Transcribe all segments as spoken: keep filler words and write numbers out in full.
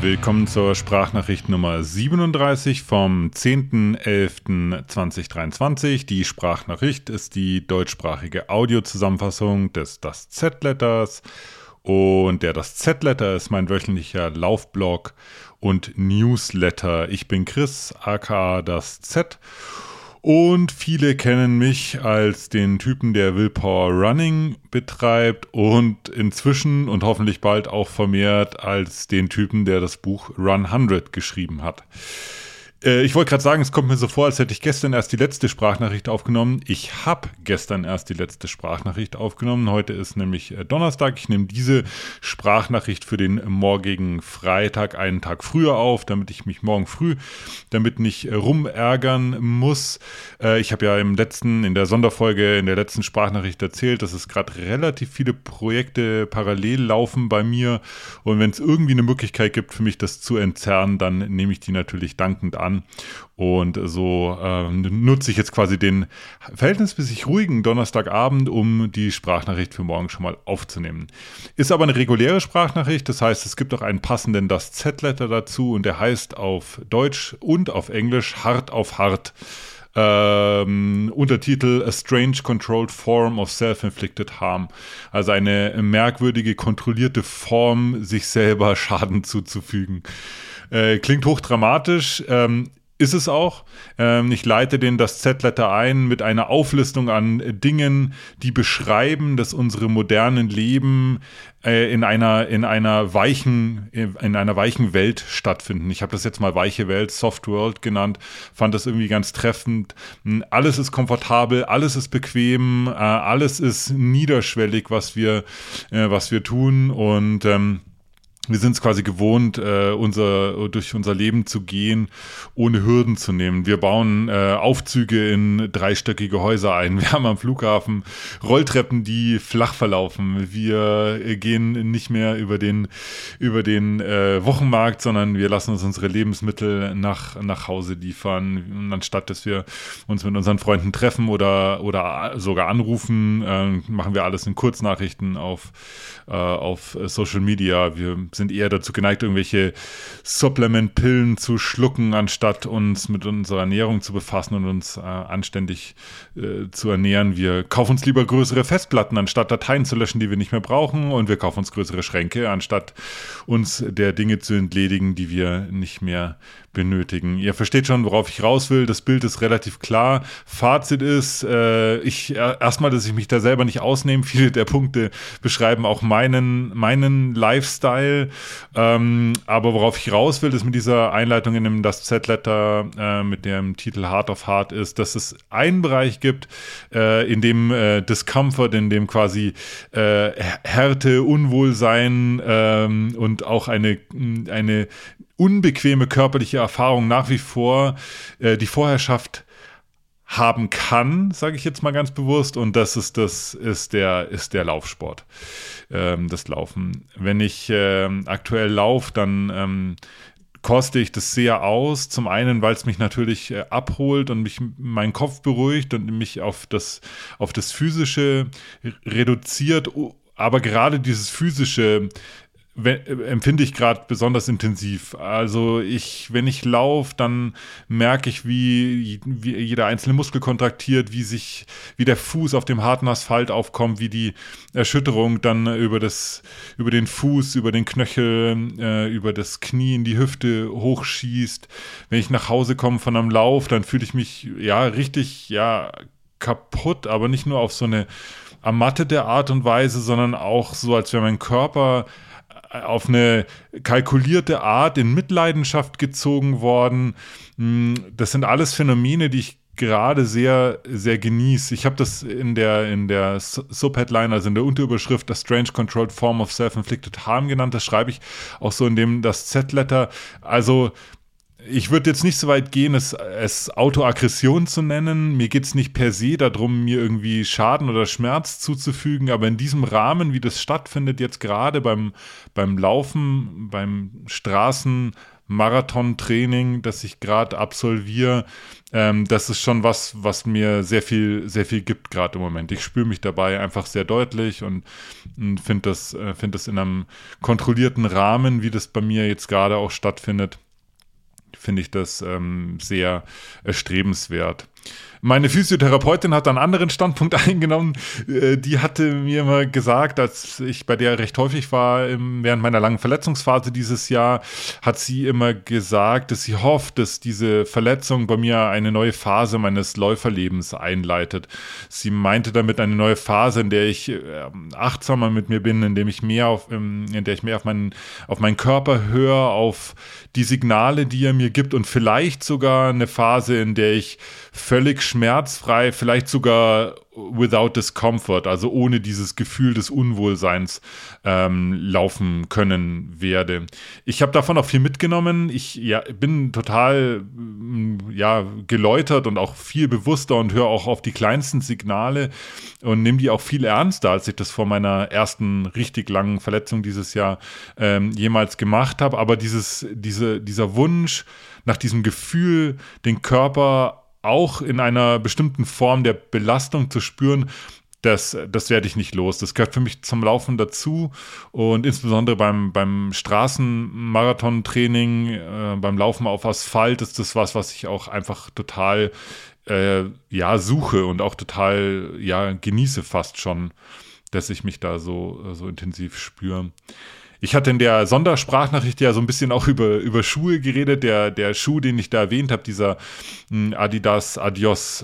Willkommen zur Sprachnachricht Nummer siebenunddreißig vom zehnten elften zweitausenddreiundzwanzig. Die Sprachnachricht ist die deutschsprachige Audiozusammenfassung des Das Z-Letters. Und der Das Z-Letter ist mein wöchentlicher Laufblog und Newsletter. Ich bin Chris, aka Das Z. Und viele kennen mich als den Typen, der Willpower Running betreibt und inzwischen und hoffentlich bald auch vermehrt als den Typen, der das Buch Run hundred geschrieben hat. Äh, ich wollte gerade sagen, es kommt mir so vor, als hätte ich gestern erst die letzte Sprachnachricht aufgenommen. Ich habe gestern erst die letzte Sprachnachricht aufgenommen. Heute ist nämlich äh, Donnerstag. Ich nehme diese Sprachnachricht für den morgigen Freitag einen Tag früher auf, damit ich mich morgen früh damit nicht äh, rumärgern muss. Äh, ich habe ja im letzten, in der Sonderfolge, in der letzten Sprachnachricht erzählt, dass es gerade relativ viele Projekte parallel laufen bei mir. Und wenn es irgendwie eine Möglichkeit gibt für mich, das zu entzerren, dann nehme ich die natürlich dankend an. Und so äh, nutze ich jetzt quasi den verhältnismäßig ruhigen Donnerstagabend, um die Sprachnachricht für morgen schon mal aufzunehmen. Ist aber eine reguläre Sprachnachricht, das heißt, es gibt auch einen passenden Das Z-Letter dazu und der heißt auf Deutsch und auf Englisch Hart auf Hart. Ähm, Untertitel A Strange Controlled Form of Self-Inflicted Harm. Also eine merkwürdige, kontrollierte Form, sich selber Schaden zuzufügen. Äh, klingt hochdramatisch, ähm, ist es auch. Ähm, ich leite den Das Z-Letter ein mit einer Auflistung an Dingen, die beschreiben, dass unsere modernen Leben äh, in einer in einer weichen in einer weichen Welt stattfinden. Ich habe das jetzt mal weiche Welt, Soft World genannt, fand das irgendwie ganz treffend. Alles ist komfortabel, alles ist bequem, äh, alles ist niederschwellig, was wir äh, was wir tun und ähm, wir sind es quasi gewohnt, äh, unser, durch unser Leben zu gehen, ohne Hürden zu nehmen. Wir bauen äh, Aufzüge in dreistöckige Häuser ein. Wir haben am Flughafen Rolltreppen, die flach verlaufen. Wir äh, gehen nicht mehr über den, über den äh, Wochenmarkt, sondern wir lassen uns unsere Lebensmittel nach, nach Hause liefern. Und anstatt, dass wir uns mit unseren Freunden treffen oder, oder sogar anrufen, äh, machen wir alles in Kurznachrichten auf, äh, auf Social Media. Wir sind eher dazu geneigt, irgendwelche Supplement-Pillen zu schlucken, anstatt uns mit unserer Ernährung zu befassen und uns äh, anständig äh, zu ernähren. Wir kaufen uns lieber größere Festplatten, anstatt Dateien zu löschen, die wir nicht mehr brauchen, und wir kaufen uns größere Schränke, anstatt uns der Dinge zu entledigen, die wir nicht mehr benötigen. Ihr versteht schon, worauf ich raus will. Das Bild ist relativ klar. Fazit ist, äh, ich äh, erstmal, dass ich mich da selber nicht ausnehme. Viele der Punkte beschreiben auch meinen, meinen Lifestyle. Ähm, aber worauf ich raus will, ist mit dieser Einleitung in dem Das Z-Letter äh, mit dem Titel Heart of Heart ist, dass es einen Bereich gibt, äh, in dem äh, Discomfort, in dem quasi äh, Härte, Unwohlsein ähm, und auch eine, eine unbequeme körperliche Erfahrung nach wie vor äh, die Vorherrschaft haben kann, sage ich jetzt mal ganz bewusst, und das ist das ist der ist der Laufsport, ähm, das Laufen. Wenn ich ähm, aktuell laufe, dann ähm, koste ich das sehr aus. Zum einen, weil es mich natürlich äh, abholt und mich meinen Kopf beruhigt und mich auf das auf das Physische reduziert. Aber gerade dieses Physische empfinde ich gerade besonders intensiv. Also ich, wenn ich laufe, dann merke ich, wie, wie jeder einzelne Muskel kontraktiert, wie sich, wie der Fuß auf dem harten Asphalt aufkommt, wie die Erschütterung dann über das, über den Fuß, über den Knöchel, äh, über das Knie in die Hüfte hochschießt. Wenn ich nach Hause komme von einem Lauf, dann fühle ich mich ja richtig, ja, kaputt, aber nicht nur auf so eine ermattete Art und Weise, sondern auch so, als wäre mein Körper auf eine kalkulierte Art in Mitleidenschaft gezogen worden. Das sind alles Phänomene, die ich gerade sehr, sehr genieße. Ich habe das in der, in der Subheadline, also in der Unterüberschrift, A Strange Controlled Form of Self-Inflicted Harm genannt. Das schreibe ich auch so in dem Das Z-Letter. Also ich würde jetzt nicht so weit gehen, es, es Autoaggression zu nennen. Mir geht es nicht per se darum, mir irgendwie Schaden oder Schmerz zuzufügen, aber in diesem Rahmen, wie das stattfindet, jetzt gerade beim, beim Laufen, beim Straßen Marathontraining, das ich gerade absolviere, ähm, das ist schon was, was mir sehr viel, sehr viel gibt gerade im Moment. Ich spüre mich dabei einfach sehr deutlich und, und finde das, äh, find das in einem kontrollierten Rahmen, wie das bei mir jetzt gerade auch stattfindet, finde ich das ähm, sehr erstrebenswert. Meine Physiotherapeutin hat einen anderen Standpunkt eingenommen. Äh, die hatte mir immer gesagt, als ich bei der recht häufig war, im, während meiner langen Verletzungsphase dieses Jahr, hat sie immer gesagt, dass sie hofft, dass diese Verletzung bei mir eine neue Phase meines Läuferlebens einleitet. Sie meinte damit eine neue Phase, in der ich äh, achtsamer mit mir bin, in der ich mehr auf, ähm, in der ich mehr auf meinen, auf meinen Körper höre, auf die Signale, die er mir gibt und vielleicht sogar eine Phase, in der ich völlig schmerzfrei, vielleicht sogar without discomfort, also ohne dieses Gefühl des Unwohlseins ähm, laufen können werde. Ich habe davon auch viel mitgenommen. Ich ja, bin total ja, geläutert und auch viel bewusster und höre auch auf die kleinsten Signale und nehme die auch viel ernster, als ich das vor meiner ersten richtig langen Verletzung dieses Jahr ähm, jemals gemacht habe. Aber dieses, diese, dieser Wunsch nach diesem Gefühl, den Körper auch in einer bestimmten Form der Belastung zu spüren, das, das werde ich nicht los. Das gehört für mich zum Laufen dazu und insbesondere beim, beim Straßenmarathon-Training, äh, beim Laufen auf Asphalt ist das was, was ich auch einfach total äh, ja, suche und auch total ja, genieße fast schon, dass ich mich da so, so intensiv spüre. Ich hatte in der Sondersprachnachricht ja so ein bisschen auch über, über Schuhe geredet. Der, der Schuh, den ich da erwähnt habe, dieser Adidas Adios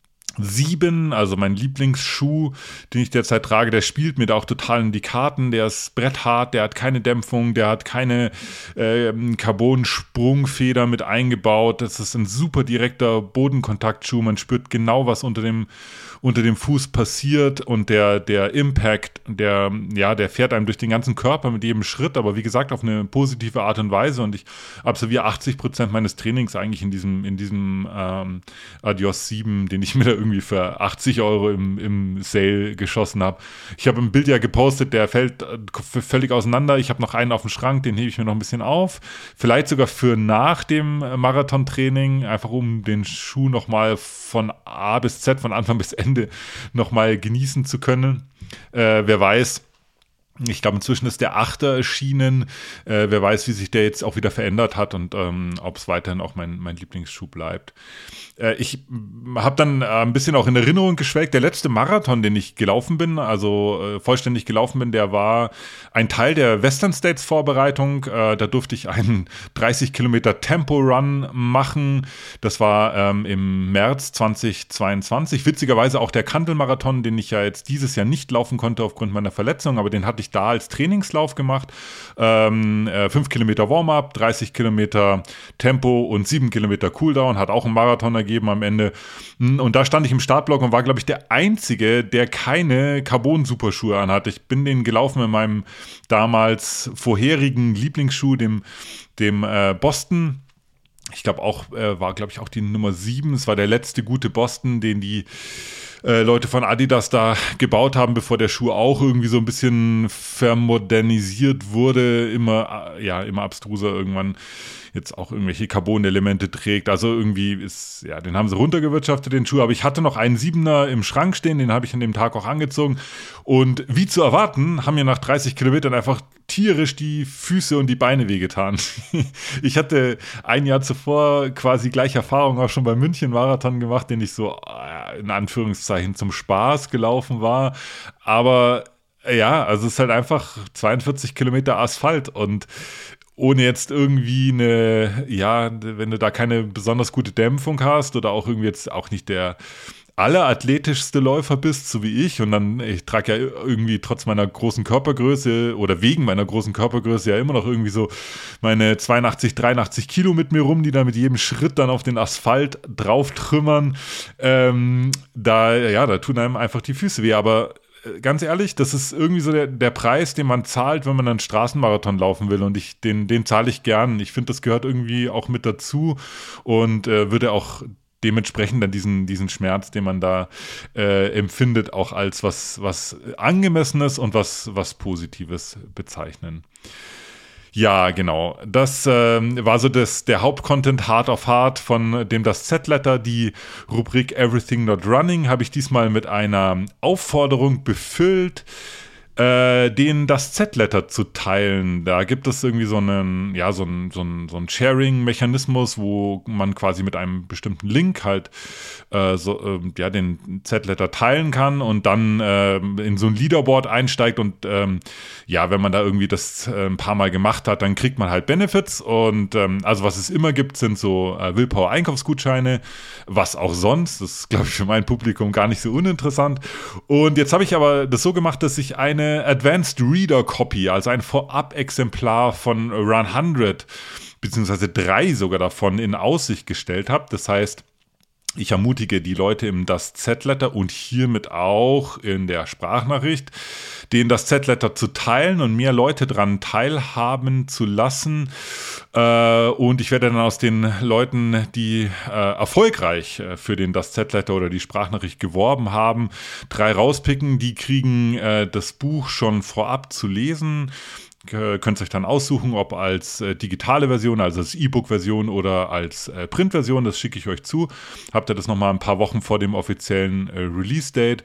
sieben, also mein Lieblingsschuh, den ich derzeit trage, der spielt mir da auch total in die Karten. Der ist bretthart, der hat keine Dämpfung, der hat keine äh, Carbon-Sprungfeder mit eingebaut. Das ist ein super direkter Bodenkontaktschuh. Man spürt genau, was unter dem unter dem Fuß passiert und der, der Impact, der, ja, der fährt einem durch den ganzen Körper mit jedem Schritt, aber wie gesagt, auf eine positive Art und Weise und ich absolviere achtzig Prozent meines Trainings eigentlich in diesem, in diesem ähm, Adios sieben, den ich mir da irgendwie für achtzig Euro im, im Sale geschossen habe. Ich habe ein Bild ja gepostet, der fällt völlig auseinander. Ich habe noch einen auf dem Schrank, den hebe ich mir noch ein bisschen auf. Vielleicht sogar für nach dem Marathontraining, einfach um den Schuh nochmal von A bis Z, von Anfang bis Ende nochmal genießen zu können. Äh, wer weiß, ich glaube, inzwischen ist der Achter erschienen. Äh, wer weiß, wie sich der jetzt auch wieder verändert hat und ähm, ob es weiterhin auch mein, mein Lieblingsschuh bleibt. Äh, ich habe dann äh, ein bisschen auch in Erinnerung geschwelgt, der letzte Marathon, den ich gelaufen bin, also äh, vollständig gelaufen bin, der war ein Teil der Western States Vorbereitung. Äh, da durfte ich einen dreißig Kilometer Tempo-Run machen. Das war ähm, im März zweitausendzweiundzwanzig. Witzigerweise auch der Kandel-Marathon, den ich ja jetzt dieses Jahr nicht laufen konnte aufgrund meiner Verletzung, aber den hatte ich da als Trainingslauf gemacht. Ähm, äh, fünf Kilometer Warm-up, dreißig Kilometer Tempo und sieben Kilometer Cooldown, hat auch einen Marathon ergeben am Ende. Und da stand ich im Startblock und war, glaube ich, der Einzige, der keine Carbon-Superschuhe anhat. Ich bin den gelaufen in meinem damals vorherigen Lieblingsschuh, dem, dem äh, Boston. Ich glaube auch, äh, war, glaube ich, auch die Nummer sieben. Es war der letzte gute Boston, den die Äh, Leute von Adidas da gebaut haben, bevor der Schuh auch irgendwie so ein bisschen vermodernisiert wurde, immer, ja, immer abstruser irgendwann jetzt auch irgendwelche Carbon-Elemente trägt. Also irgendwie ist, ja, den haben sie runtergewirtschaftet, den Schuh. Aber ich hatte noch einen Siebener im Schrank stehen, den habe ich an dem Tag auch angezogen. Und wie zu erwarten, haben mir nach dreißig Kilometern einfach tierisch die Füße und die Beine wehgetan. Ich hatte ein Jahr zuvor quasi gleiche Erfahrung auch schon beim München-Marathon gemacht, den ich so in Anführungszeichen zum Spaß gelaufen war. Aber ja, also es ist halt einfach zweiundvierzig Kilometer Asphalt und ohne jetzt irgendwie eine, ja, wenn du da keine besonders gute Dämpfung hast oder auch irgendwie jetzt auch nicht der allerathletischste Läufer bist, so wie ich, und dann, ich trage ja irgendwie trotz meiner großen Körpergröße oder wegen meiner großen Körpergröße ja immer noch irgendwie so meine zweiundachtzig, dreiundachtzig Kilo mit mir rum, die da mit jedem Schritt dann auf den Asphalt drauf trümmern. Ähm, da, ja, da tun einem einfach die Füße weh, aber ganz ehrlich, das ist irgendwie so der, der Preis, den man zahlt, wenn man einen Straßenmarathon laufen will, und ich, den, den zahle ich gern. Ich finde, das gehört irgendwie auch mit dazu und äh, würde auch dementsprechend dann diesen, diesen Schmerz, den man da äh, empfindet, auch als was, was Angemessenes und was, was Positives bezeichnen. Ja, genau. Das ähm, war so das, der Hauptcontent Heart of Heart von dem Das Z-Letter. Die Rubrik Everything Not Running habe ich diesmal mit einer Aufforderung befüllt, äh, den Das Z-Letter zu teilen. Da gibt es irgendwie so einen, ja, so einen, so einen, so einen Sharing-Mechanismus, wo man quasi mit einem bestimmten Link halt äh, so, äh, ja, den Z-Letter teilen kann und dann äh, in so ein Leaderboard einsteigt und ähm, ja, wenn man da irgendwie das äh, ein paar Mal gemacht hat, dann kriegt man halt Benefits und ähm, also was es immer gibt, sind so äh, Willpower-Einkaufsgutscheine, was auch sonst, das ist glaube ich für mein Publikum gar nicht so uninteressant und jetzt habe ich aber das so gemacht, dass ich eine Advanced Reader Copy, also ein Vorab-Exemplar von Run hundred, beziehungsweise drei sogar davon in Aussicht gestellt habe. Das heißt, ich ermutige die Leute im Das Z-Letter und hiermit auch in der Sprachnachricht, den Das Z-Letter zu teilen und mehr Leute daran teilhaben zu lassen. Äh, und ich werde dann aus den Leuten, die äh, erfolgreich äh, für den Das Z-Letter oder die Sprachnachricht geworben haben, drei rauspicken. Die kriegen äh, das Buch schon vorab zu lesen. Könnt ihr euch dann aussuchen, ob als äh, digitale Version, also als E-Book-Version oder als äh, Print-Version, das schicke ich euch zu. Habt ihr das nochmal ein paar Wochen vor dem offiziellen äh, Release-Date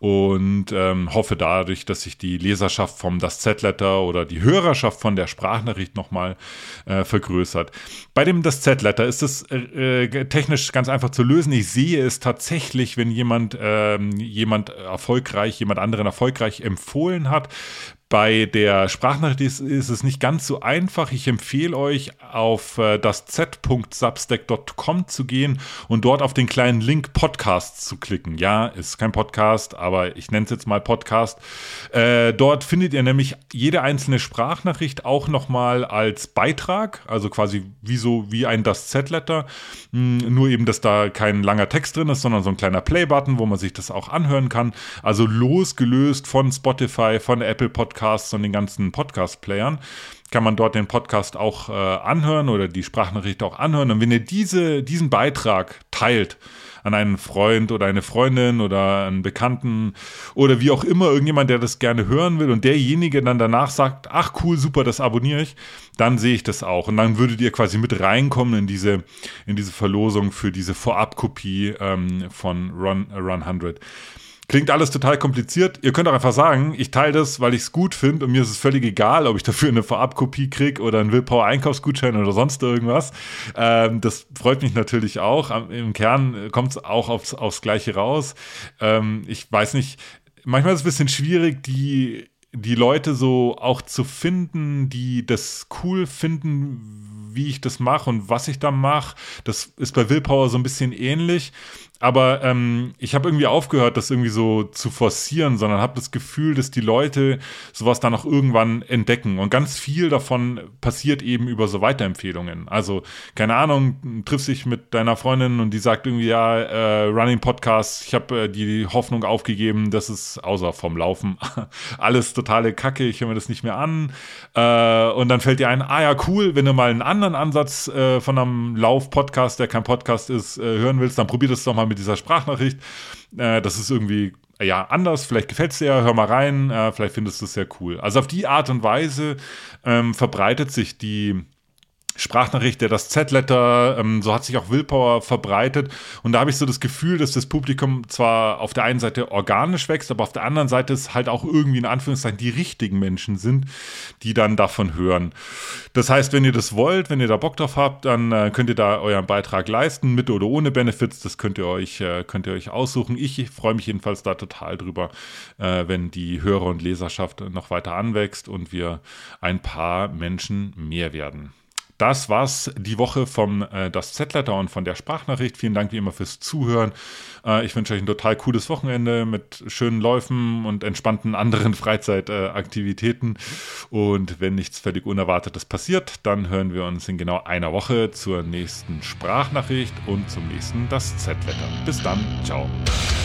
und ähm, hoffe dadurch, dass sich die Leserschaft vom Das Z-Letter oder die Hörerschaft von der Sprachnachricht nochmal äh, vergrößert. Bei dem Das Z-Letter ist es äh, äh, technisch ganz einfach zu lösen. Ich sehe es tatsächlich, wenn jemand, äh, jemand erfolgreich, jemand anderen erfolgreich empfohlen hat. Bei der Sprachnachricht ist, ist es nicht ganz so einfach. Ich empfehle euch, auf äh, das z punkt substack punkt com zu gehen und dort auf den kleinen Link Podcast zu klicken. Ja, ist kein Podcast, aber ich nenne es jetzt mal Podcast. Äh, dort findet ihr nämlich jede einzelne Sprachnachricht auch nochmal als Beitrag, also quasi wie so wie ein Das Z-Letter. Nur eben, dass da kein langer Text drin ist, sondern so ein kleiner Play-Button, wo man sich das auch anhören kann. Also losgelöst von Spotify, von Apple Podcasts und den ganzen Podcast-Playern, kann man dort den Podcast auch äh, anhören oder die Sprachnachricht auch anhören. Und wenn ihr diese, diesen Beitrag teilt an einen Freund oder eine Freundin oder einen Bekannten oder wie auch immer, irgendjemand, der das gerne hören will und derjenige dann danach sagt, ach cool, super, das abonniere ich, dann sehe ich das auch. Und dann würdet ihr quasi mit reinkommen in diese, in diese Verlosung für diese Vorabkopie ähm, von Run, uh, Run hundred. Klingt alles total kompliziert. Ihr könnt auch einfach sagen, ich teile das, weil ich es gut finde und mir ist es völlig egal, ob ich dafür eine Vorabkopie kriege oder einen Willpower-Einkaufsgutschein oder sonst irgendwas. Ähm, das freut mich natürlich auch. Im Kern kommt es auch aufs, aufs Gleiche raus. Ähm, ich weiß nicht, manchmal ist es ein bisschen schwierig, die, die Leute so auch zu finden, die das cool finden, wie ich das mache und was ich da mache. Das ist bei Willpower so ein bisschen ähnlich. Aber ähm, ich habe irgendwie aufgehört, das irgendwie so zu forcieren, sondern habe das Gefühl, dass die Leute sowas dann auch irgendwann entdecken. Und ganz viel davon passiert eben über so Weiterempfehlungen. Also, keine Ahnung, triffst dich mit deiner Freundin und die sagt irgendwie, ja, äh, Running Podcast, ich habe äh, die Hoffnung aufgegeben, das ist außer vom Laufen alles totale Kacke, ich höre mir das nicht mehr an. Äh, und dann fällt dir ein, ah ja, cool, wenn du mal einen anderen Ansatz äh, von einem Lauf-Podcast, der kein Podcast ist, äh, hören willst, dann probier das doch mal mit dieser Sprachnachricht. Äh, das ist irgendwie, ja, anders. Vielleicht gefällt es dir, hör mal rein. Äh, vielleicht findest du es sehr cool. Also auf die Art und Weise ähm, verbreitet sich die Sprachnachricht, der Das Z-Letter, ähm, so hat sich auch Willpower verbreitet und da habe ich so das Gefühl, dass das Publikum zwar auf der einen Seite organisch wächst, aber auf der anderen Seite es halt auch irgendwie in Anführungszeichen die richtigen Menschen sind, die dann davon hören. Das heißt, wenn ihr das wollt, wenn ihr da Bock drauf habt, dann äh, könnt ihr da euren Beitrag leisten, mit oder ohne Benefits, das könnt ihr euch, äh, könnt ihr euch aussuchen. Ich freue mich jedenfalls da total drüber, äh, wenn die Hörer- und Leserschaft noch weiter anwächst und wir ein paar Menschen mehr werden. Das war's die Woche vom äh, Das Z-Letter und von der Sprachnachricht. Vielen Dank wie immer fürs Zuhören. Äh, ich wünsche euch ein total cooles Wochenende mit schönen Läufen und entspannten anderen Freizeitaktivitäten. Äh, und wenn nichts völlig Unerwartetes passiert, dann hören wir uns in genau einer Woche zur nächsten Sprachnachricht und zum nächsten Das Z-Letter. Bis dann. Ciao.